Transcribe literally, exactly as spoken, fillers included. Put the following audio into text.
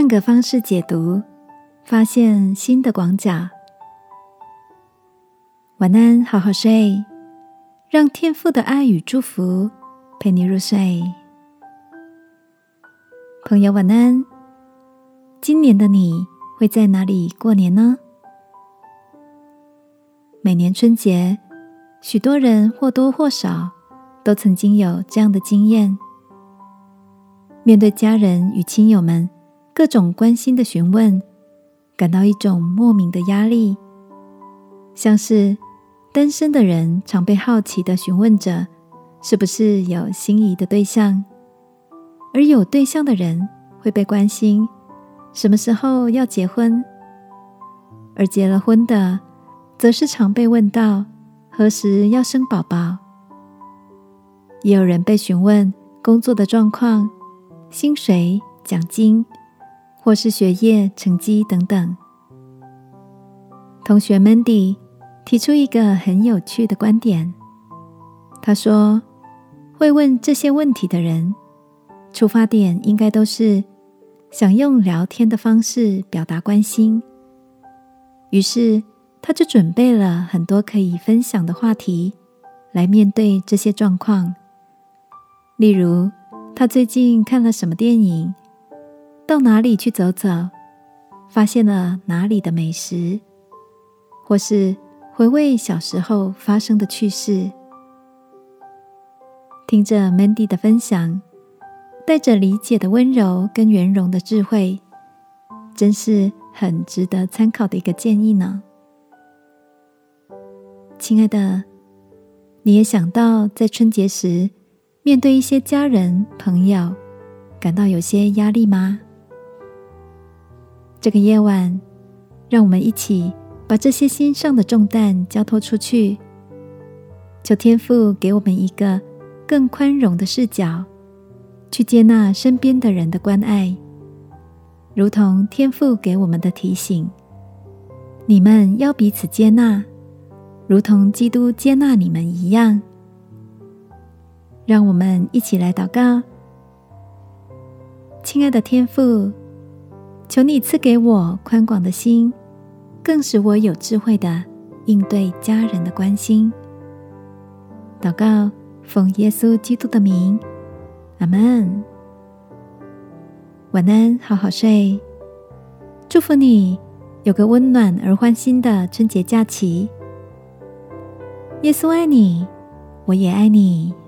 换个方式解读，发现新的广角。晚安，好好睡，让天父的爱与祝福陪你入睡。朋友晚安，今年的你会在哪里过年呢？每年春节，许多人或多或少都曾经有这样的经验。面对家人与亲友们各种关心的询问，感到一种莫名的压力，像是单身的人常被好奇地询问着是不是有心仪的对象，而有对象的人会被关心什么时候要结婚，而结了婚的则是常被问到何时要生宝宝。也有人被询问工作的状况、薪水、奖金，或是学业成绩等等。同学 Mandy 提出一个很有趣的观点，他说，会问这些问题的人，出发点应该都是想用聊天的方式表达关心，于是他就准备了很多可以分享的话题来面对这些状况。例如，他最近看了什么电影，到哪里去走走，发现了哪里的美食，或是回味小时候发生的趣事。听着 Mandy 的分享，带着理解的温柔跟圆融的智慧，真是很值得参考的一个建议呢。亲爱的，你也想到在春节时面对一些家人朋友感到有些压力吗？这个夜晚，让我们一起把这些心上的重担交托出去，求天父给我们一个更宽容的视角，去接纳身边的人的关爱，如同天父给我们的提醒，你们要彼此接纳，如同基督接纳你们一样。让我们一起来祷告。亲爱的天父，求你赐给我宽广的心，更使我有智慧的应对家人的关心。祷告，奉耶稣基督的名，阿们。晚安，好好睡。祝福你有个温暖而欢欣的春节假期。耶稣爱你，我也爱你。